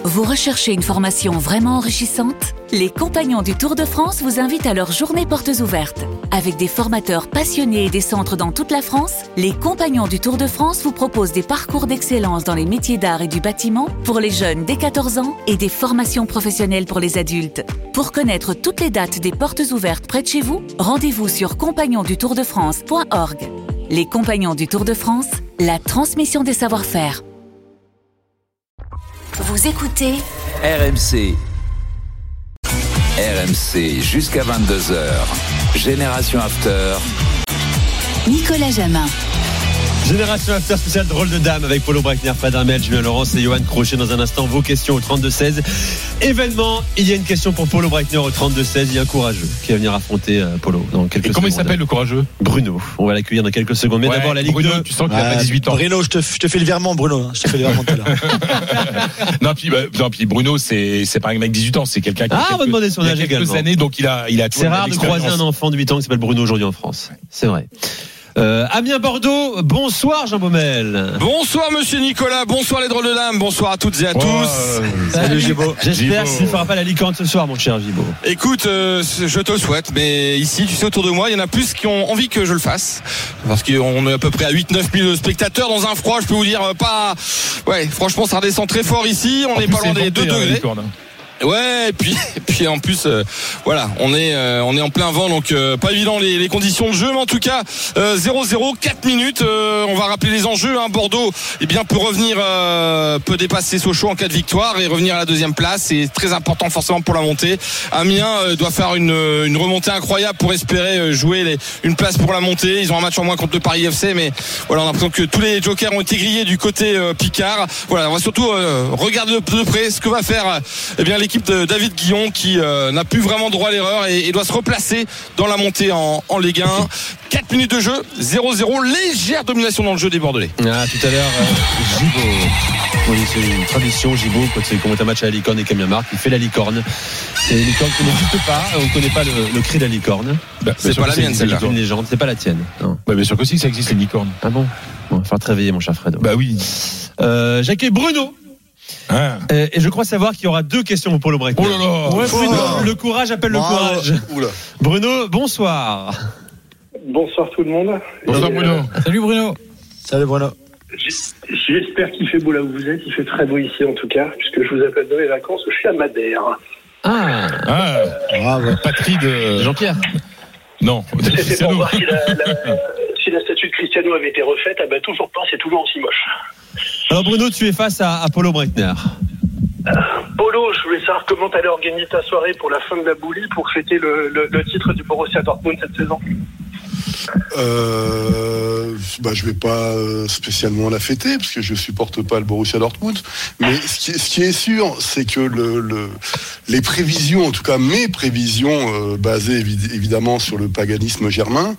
Vous recherchez une formation vraiment enrichissante ? Les Compagnons du Tour de France vous invitent à leur journée portes ouvertes. Avec des formateurs passionnés et des centres dans toute la France, les Compagnons du Tour de France vous proposent des parcours d'excellence dans les métiers d'art et du bâtiment pour les jeunes dès 14 ans et des formations professionnelles pour les adultes. Pour connaître toutes les dates des portes ouvertes près de chez vous, rendez-vous sur compagnonsdutourdefrance.org. Les Compagnons du Tour de France, la transmission des savoir-faire. Vous écoutez RMC. RMC jusqu'à 22h. Génération After. Nicolas Jamin. Génération After spécial drôle de dame avec Polo Breitner, Fred Hermel, Julien Laurence et Johan Crochet. Dans un instant, vos questions au 32-16. Événement, il y a une question pour Polo Breitner au 32-16. Il y a un courageux qui va venir affronter Polo dans quelques secondes. Et comment il s'appelle le courageux ? Bruno. On va l'accueillir dans quelques secondes. Mais d'abord la Ligue Bruno, 2. tu sens qu'il a pas 18 ans. Bruno, je te fais le virement, Bruno. Je te fais le virement tout à l'heure. non, puis Bruno, c'est pas un mec de 18 ans, c'est quelqu'un qui on va demander son âge quelques également. années, donc il a C'est rare de croiser un enfant de 8 ans qui s'appelle Bruno aujourd'hui en France. C'est vrai. Amiens-Bordeaux, bonsoir Jean Baumel. Bonsoir monsieur Nicolas, bonsoir les drôles de dames, bonsoir à toutes et à tous. Salut Gibo. J'espère qu'il ne fera pas la licorne ce soir mon cher Gibo. Écoute, je te le souhaite, mais ici tu sais autour de moi il y en a plus qui ont envie que je le fasse. Parce qu'on est à peu près à 8-9 000 spectateurs dans un froid, je peux vous dire pas... Ouais, franchement ça redescend très fort ici, on n'est pas loin des 2 degrés. Ouais, et puis en plus voilà, on est en plein vent, donc pas évident les conditions de jeu, mais en tout cas 0-0, 4 minutes, on va rappeler les enjeux, hein. Bordeaux peut dépasser Sochaux en cas de victoire et revenir à la deuxième place, c'est très important forcément pour la montée. Amiens doit faire une remontée incroyable pour espérer jouer une place pour la montée. Ils ont un match en moins contre le Paris FC, mais voilà, on a l'impression que tous les jokers ont été grillés du côté Picard. Voilà, on va surtout regarder de près ce que va faire l'équipe de David Guillon qui n'a plus vraiment droit à l'erreur et doit se replacer dans la montée en Ligue 1. 4 minutes de jeu, 0-0, légère domination dans le jeu des Bordelais. Tout à l'heure, Gibo. Oui, c'est une tradition, Gibo, quand il commente un match à la licorne et Camille Marc, il fait la licorne. Et la licorne qui n'existe pas, on ne connaît pas le cri de la licorne. C'est pas la mienne, celle-là. C'est une légende, c'est pas la tienne. Non. Bah, bien sûr que si, ça existe les licornes. Ah bon ? Il va falloir te réveiller, mon cher Fredo. Bah oui. J'accueille Bruno. Et je crois savoir qu'il y aura 2 questions pour Polo Breitner. Oh là là. Ouais, Bruno, le courage appelle le courage. Oula. Bruno, bonsoir. Bonsoir tout le monde. Bonsoir Bruno. Salut Bruno. Salut Bruno. J'espère qu'il fait beau là où vous êtes. Il fait très beau ici en tout cas, puisque je vous appelle de mes vacances. Je suis à Madère. Bravo. Patrie de Jean-Pierre. Non. C'était pour voir si la statue de Cristiano avait été refaite. Ah ben toujours pas, c'est toujours aussi moche. Alors Bruno, tu es face à Polo Breitner. Polo, je voulais savoir comment t'allais organiser ta soirée pour la fin de la boulie pour fêter le titre du Borussia Dortmund cette saison. Je vais pas spécialement la fêter parce que je supporte pas le Borussia Dortmund, mais ce qui est sûr, c'est que les prévisions, en tout cas mes prévisions basées évidemment sur le paganisme germain,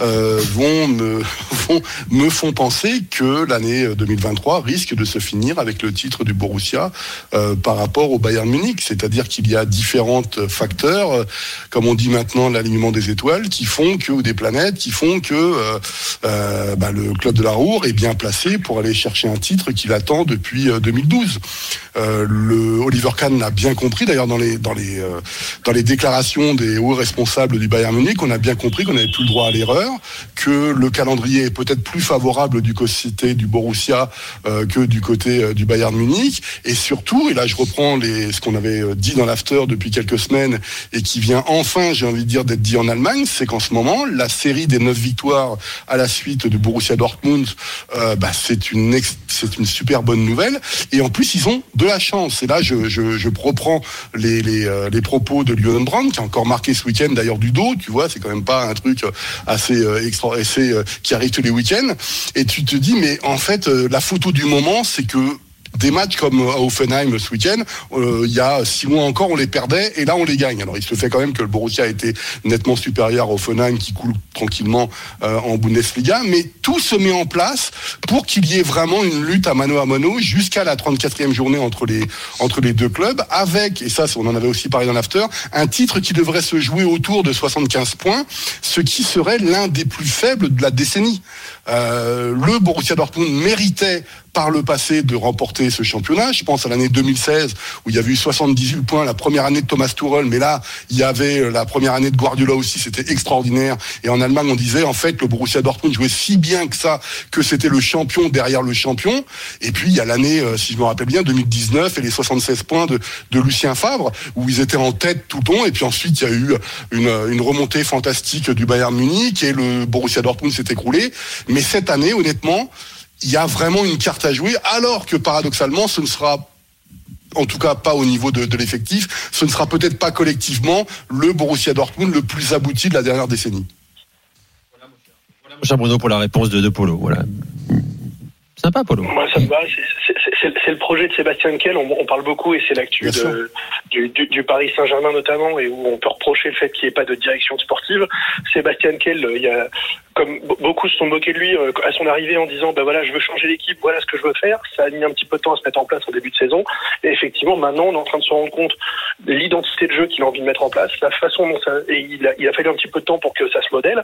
me font penser que l'année 2023 risque de se finir avec le titre du Borussia par rapport au Bayern Munich, c'est-à-dire qu'il y a différents facteurs, comme on dit maintenant l'alignement des étoiles, ou des planètes qui font que le club de la Ruhr est bien placé pour aller chercher un titre qu'il attend depuis 2012. Oliver Kahn l'a bien compris, d'ailleurs dans les déclarations des hauts responsables du Bayern Munich, on a bien compris qu'on n'avait plus le droit à l'erreur, que le calendrier est peut-être plus favorable du côté du Borussia que du côté du Bayern Munich, et surtout, et là je reprends ce qu'on avait dit dans l'after depuis quelques semaines et qui vient enfin, j'ai envie de dire, d'être dit en Allemagne, c'est qu'en ce moment, la série des 9 victoires à la suite du Borussia Dortmund, c'est une super bonne nouvelle, et en plus ils ont de la chance. Et là je reprends les propos de Lionel Brand qui a encore marqué ce week-end d'ailleurs du dos, tu vois, c'est quand même pas un truc assez qui arrive tous les week-ends, et tu te dis mais en fait la photo du moment c'est que des matchs comme à Hoffenheim ce week-end, il y a 6 mois encore on les perdait et là on les gagne. Alors il se fait quand même que le Borussia a été nettement supérieur à Hoffenheim qui coule tranquillement en Bundesliga, mais tout se met en place pour qu'il y ait vraiment une lutte à mano jusqu'à la 34e journée entre les deux clubs, avec, et ça on en avait aussi parlé dans l'after, un titre qui devrait se jouer autour de 75 points, ce qui serait l'un des plus faibles de la décennie. Le Borussia Dortmund méritait par le passé de remporter ce championnat. Je pense à l'année 2016 où il y avait eu 78 points, la première année de Thomas Tuchel, mais là il y avait la première année de Guardiola aussi, c'était extraordinaire. Et en Allemagne on disait en fait le Borussia Dortmund jouait si bien que ça, que c'était le champion derrière le champion. Et puis il y a l'année, si je me rappelle bien, 2019 et les 76 points de Lucien Favre où ils étaient en tête tout le long. Et puis ensuite il y a eu une remontée fantastique du Bayern Munich et le Borussia Dortmund s'est écroulé. Mais cette année honnêtement il y a vraiment une carte à jouer, alors que paradoxalement, ce ne sera, en tout cas pas au niveau de l'effectif, ce ne sera peut-être pas collectivement le Borussia Dortmund le plus abouti de la dernière décennie. Voilà mon cher Bruno pour la réponse de Polo. Voilà. Sympa Polo. Moi ça me va, c'est le projet de Sébastien Kehl, on parle beaucoup et c'est l'actu du Paris Saint-Germain notamment, et où on peut reprocher le fait qu'il n'y ait pas de direction sportive. Sébastien Kehl, il y a, comme beaucoup se sont moqués de lui à son arrivée en disant voilà, je veux changer l'équipe, voilà ce que je veux faire. Ça a mis un petit peu de temps à se mettre en place au début de saison, et effectivement maintenant on est en train de se rendre compte de l'identité de jeu qu'il a envie de mettre en place, la façon dont ça, et il a fallu un petit peu de temps pour que ça se modèle,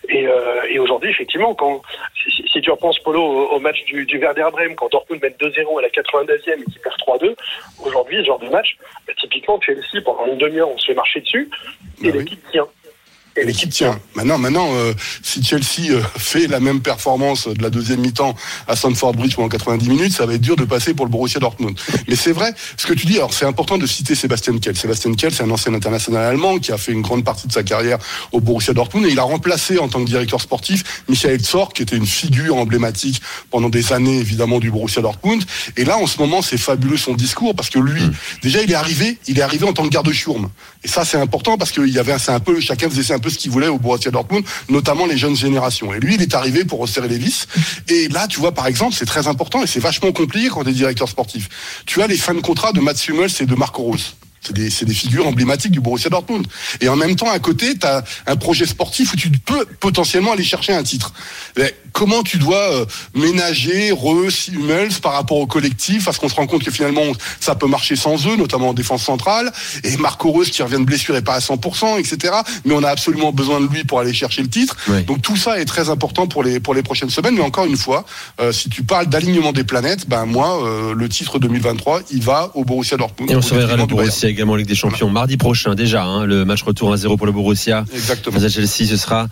et aujourd'hui effectivement si tu repenses Polo au match du Werder Bremen, quand Dortmund mène 2-0 à la 92e et qui perd 3-2, aujourd'hui ce genre de match, typiquement Chelsea pendant une demi-heure on se fait marcher dessus et l'équipe tient. Et l'équipe tient. Maintenant, si Chelsea fait la même performance de la deuxième mi-temps à Stamford Bridge pendant 90 minutes, ça va être dur de passer pour le Borussia Dortmund. Mais c'est vrai, ce que tu dis, alors c'est important de citer Sébastien Kehl. Sébastien Kehl, c'est un ancien international allemand qui a fait une grande partie de sa carrière au Borussia Dortmund, et il a remplacé en tant que directeur sportif Michael Zorc, qui était une figure emblématique pendant des années évidemment du Borussia Dortmund. Et là, en ce moment, c'est fabuleux son discours, parce que lui, déjà, il est arrivé en tant que garde-chiourme. Et ça, c'est important parce qu'il y avait, chacun faisait un peu ce qu'il voulait au Borussia Dortmund, notamment les jeunes générations. Et lui, il est arrivé pour resserrer les vis. Et là, tu vois, par exemple, c'est très important et c'est vachement compliqué quand tu es directeur sportif. Tu as les fins de contrat de Mats Hummels et de Marco Rose. C'est des figures emblématiques du Borussia Dortmund. Et en même temps, à côté, tu as un projet sportif où tu peux potentiellement aller chercher un titre. Mais comment tu dois ménager Reus, Hummels par rapport au collectif, parce qu'on se rend compte que finalement, ça peut marcher sans eux, notamment en défense centrale, et Marco Reus qui revient de blessure et pas à 100%, etc. Mais on a absolument besoin de lui pour aller chercher le titre. Oui. Donc tout ça est très important pour les prochaines semaines. Mais encore une fois, si tu parles d'alignement des planètes, le titre 2023, il va au Borussia Dortmund. Et on se verra le Borussia également en Ligue des Champions mardi prochain déjà, le match retour 1-0 pour le Borussia. Exactement. Face à Chelsea, ce sera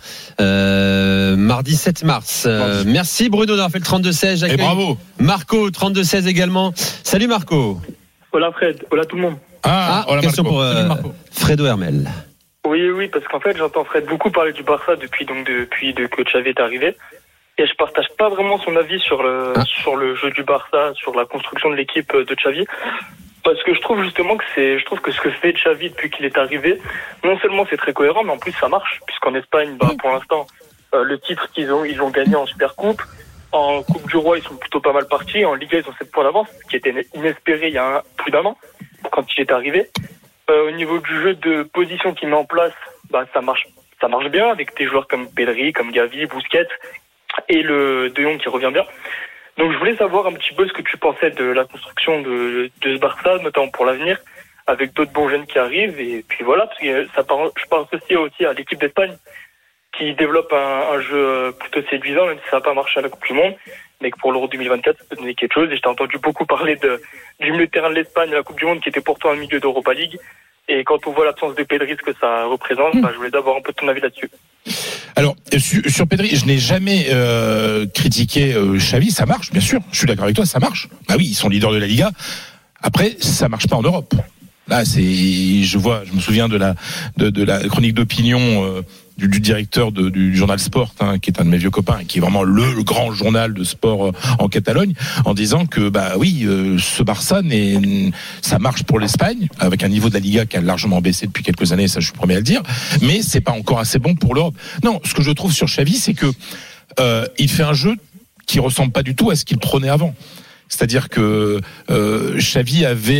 mardi 7 mars. Merci Bruno d'avoir fait le 32-16. Et bravo Marco, 32-16 également. Salut Marco. Hola Fred, hola tout le monde. Hola question Marco. pour Fredo Hermel. Oui, parce qu'en fait j'entends Fred beaucoup parler du Barça depuis que Xavi est arrivé. Et je partage pas vraiment son avis sur le jeu du Barça, sur la construction de l'équipe de Xavi. Parce que je trouve que ce que fait Xavi depuis qu'il est arrivé, non seulement c'est très cohérent, mais en plus ça marche, puisqu'en Espagne, pour l'instant, le titre ils ont gagné en Supercoupe, en Coupe du Roi ils sont plutôt pas mal partis, en Liga ils ont 7 points d'avance, ce qui était inespéré il y a plus d'un an, quand il est arrivé. Au niveau du jeu de position qu'il met en place, ça marche bien, avec des joueurs comme Pedri, comme Gavi, Busquets, et le De Jong qui revient bien. Donc je voulais savoir un petit peu ce que tu pensais de la construction de ce Barça, notamment pour l'avenir, avec d'autres bons jeunes qui arrivent. Et puis voilà, parce que je pense aussi à l'équipe d'Espagne qui développe un jeu plutôt séduisant, même si ça n'a pas marché à la Coupe du Monde, mais que pour l'Euro 2024, ça peut donner quelque chose. Et je t'ai entendu beaucoup parler du milieu de terrain de l'Espagne à la Coupe du Monde, qui était pourtant un milieu d'Europa League. Et quand on voit l'absence de Pedri, ce que ça représente, je voulais avoir un peu ton avis là-dessus. Alors, sur Pedri, je n'ai jamais critiqué Xavi, ça marche, bien sûr. Je suis d'accord avec toi, ça marche. Bah oui, ils sont leaders de la Liga. Après, ça marche pas en Europe. Là, je me souviens de la chronique d'opinion du directeur du journal Sport, qui est un de mes vieux copains et qui est vraiment le grand journal de sport en Catalogne, en disant que ce Barça ça marche pour l'Espagne avec un niveau de la Liga qui a largement baissé depuis quelques années, ça je suis le premier à le dire, mais c'est pas encore assez bon pour l'Europe. Non, ce que je trouve sur Xavi, c'est que il fait un jeu qui ressemble pas du tout à ce qu'il prônait avant. C'est-à-dire que Xavi avait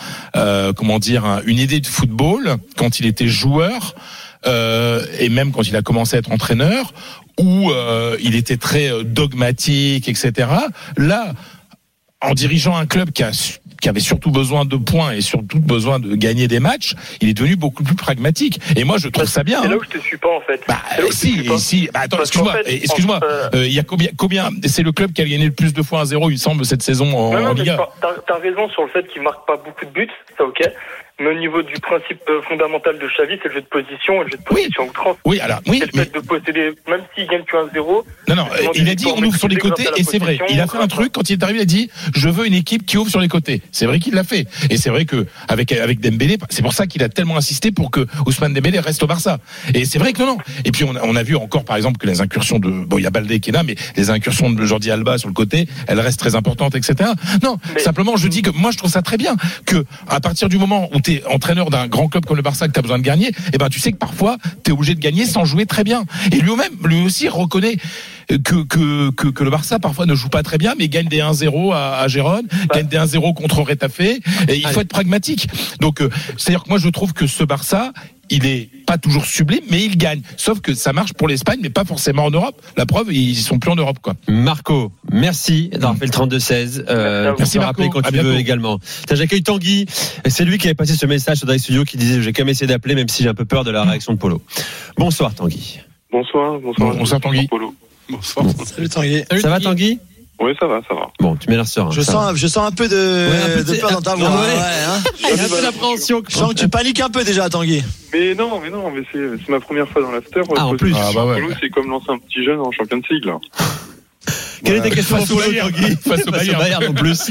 une idée de football quand il était joueur, et même quand il a commencé à être entraîneur, où il était très dogmatique, etc. Là, en dirigeant un club qui qui avait surtout besoin de points et surtout besoin de gagner des matchs, il est devenu beaucoup plus pragmatique. Et moi, je trouve ça bien. C'est là où je te suis pas, en fait. Attends, excuse-moi. Il y a combien c'est le club qui a gagné le plus de fois 1-0, il me semble, cette saison en Liga. T'as raison sur le fait qu'il marque pas beaucoup de buts, ça ok. Mais au niveau du principe fondamental de Xavi, c'est le jeu de position et le jeu de position outrance. Oui, alors, c'est le fait de posséder, même s'il gagne que 1-0. Non, il a dit on ouvre sur les côtés et c'est vrai. Il a fait un truc quand il est arrivé, il a dit je veux une équipe qui ouvre sur les côtés. C'est vrai qu'il l'a fait. Et c'est vrai que avec Dembélé, c'est pour ça qu'il a tellement insisté pour que Ousmane Dembélé reste au Barça. Et c'est vrai que non. Et puis on a vu encore par exemple que les incursions il y a Baldé qui est là, mais les incursions de Jordi Alba sur le côté, elles restent très importantes, etc. Non, simplement je dis que moi je trouve ça très bien que à partir du moment où t'es entraîneur d'un grand club comme le Barça, que t'as besoin de gagner, et ben tu sais que parfois t'es obligé de gagner sans jouer très bien. Et lui aussi reconnaît que le Barça parfois ne joue pas très bien, mais gagne des 1-0 à Gérone, gagne des 1-0 contre Retafe, et il faut être pragmatique. Donc c'est-à-dire que moi je trouve que ce Barça, il est pas toujours sublime, mais il gagne. Sauf que ça marche pour l'Espagne, mais pas forcément en Europe. La preuve, ils sont plus en Europe, quoi. Marco, merci d'avoir fait le 32-16. Merci Marco. Quand tu veux également. J'accueille Tanguy. C'est lui qui avait passé ce message sur Direct Studio qui disait j'ai quand même essayé d'appeler, même si j'ai un peu peur de la réaction de Polo. Bonsoir Tanguy. Bonsoir Tanguy. Bonsoir. Salut Tanguy. Ça va Tanguy? Oui, ça va. Bon, tu mets l'air serein. Je sens un peu de peur dans ta voix. Il y a un peu d'appréhension. Je sens que tu paniques un peu déjà, Tanguy. Mais non, c'est ma première fois dans l'after. En plus. Polo, c'est comme lancer un petit jeune en Champions League, là. Quelle est ta question pour Polo, Tanguy? Face au Bayern en plus.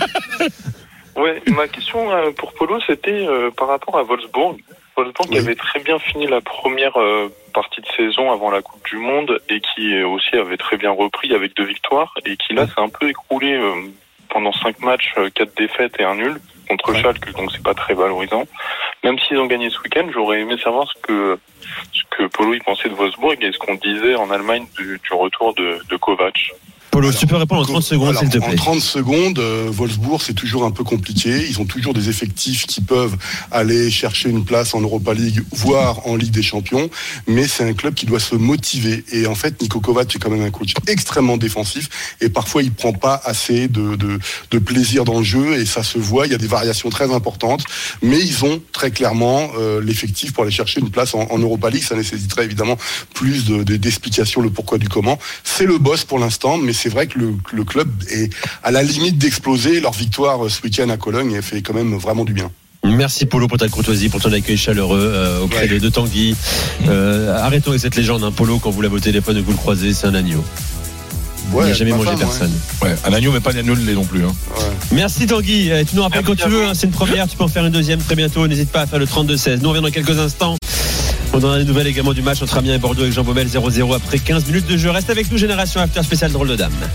Ouais, ma question pour Polo, c'était par rapport à Wolfsburg. Wolfsburg qui avait très bien fini la première partie de saison avant la Coupe du Monde et qui aussi avait très bien repris avec 2 victoires et qui là s'est un peu écroulé pendant 5 matchs, 4 défaites et 1 nul contre Schalke, donc c'est pas très valorisant. Même s'ils ont gagné ce week-end, j'aurais aimé savoir ce que Polo y pensait de Wolfsburg et ce qu'on disait en Allemagne du retour de Kovac. Polo, tu peux répondre en 30 secondes, s'il te plaît. En 30 secondes, Wolfsburg, c'est toujours un peu compliqué. Ils ont toujours des effectifs qui peuvent aller chercher une place en Europa League, voire en Ligue des Champions. Mais c'est un club qui doit se motiver. Et en fait, Niko Kovac est quand même un coach extrêmement défensif. Et parfois, il prend pas assez de plaisir dans le jeu. Et ça se voit. Il y a des variations très importantes. Mais ils ont très clairement l'effectif pour aller chercher une place en Europa League. Ça nécessiterait évidemment plus d'explications, le pourquoi du comment. C'est le boss pour l'instant, mais c'est vrai que le club est à la limite d'exploser. Leur victoire ce week-end à Cologne a fait quand même vraiment du bien. Merci Polo pour ta courtoisie, pour ton accueil chaleureux auprès de Tanguy. Arrêtons avec cette légende, Polo, quand vous l'avez au téléphone et que vous le croisez, c'est un agneau. Il n'a jamais mangé personne. Ouais, un agneau, mais pas un agneau de lait non plus. Merci Tanguy. Tu nous rappelles quand tu veux, c'est une première, tu peux en faire une deuxième très bientôt. N'hésite pas à faire le 32-16. Nous on revient dans quelques instants. On donnera des nouvelles également du match entre Amiens et Bordeaux avec Jean Baumel 0-0 après 15 minutes de jeu. Reste avec nous, Génération After spécial drôle de dame.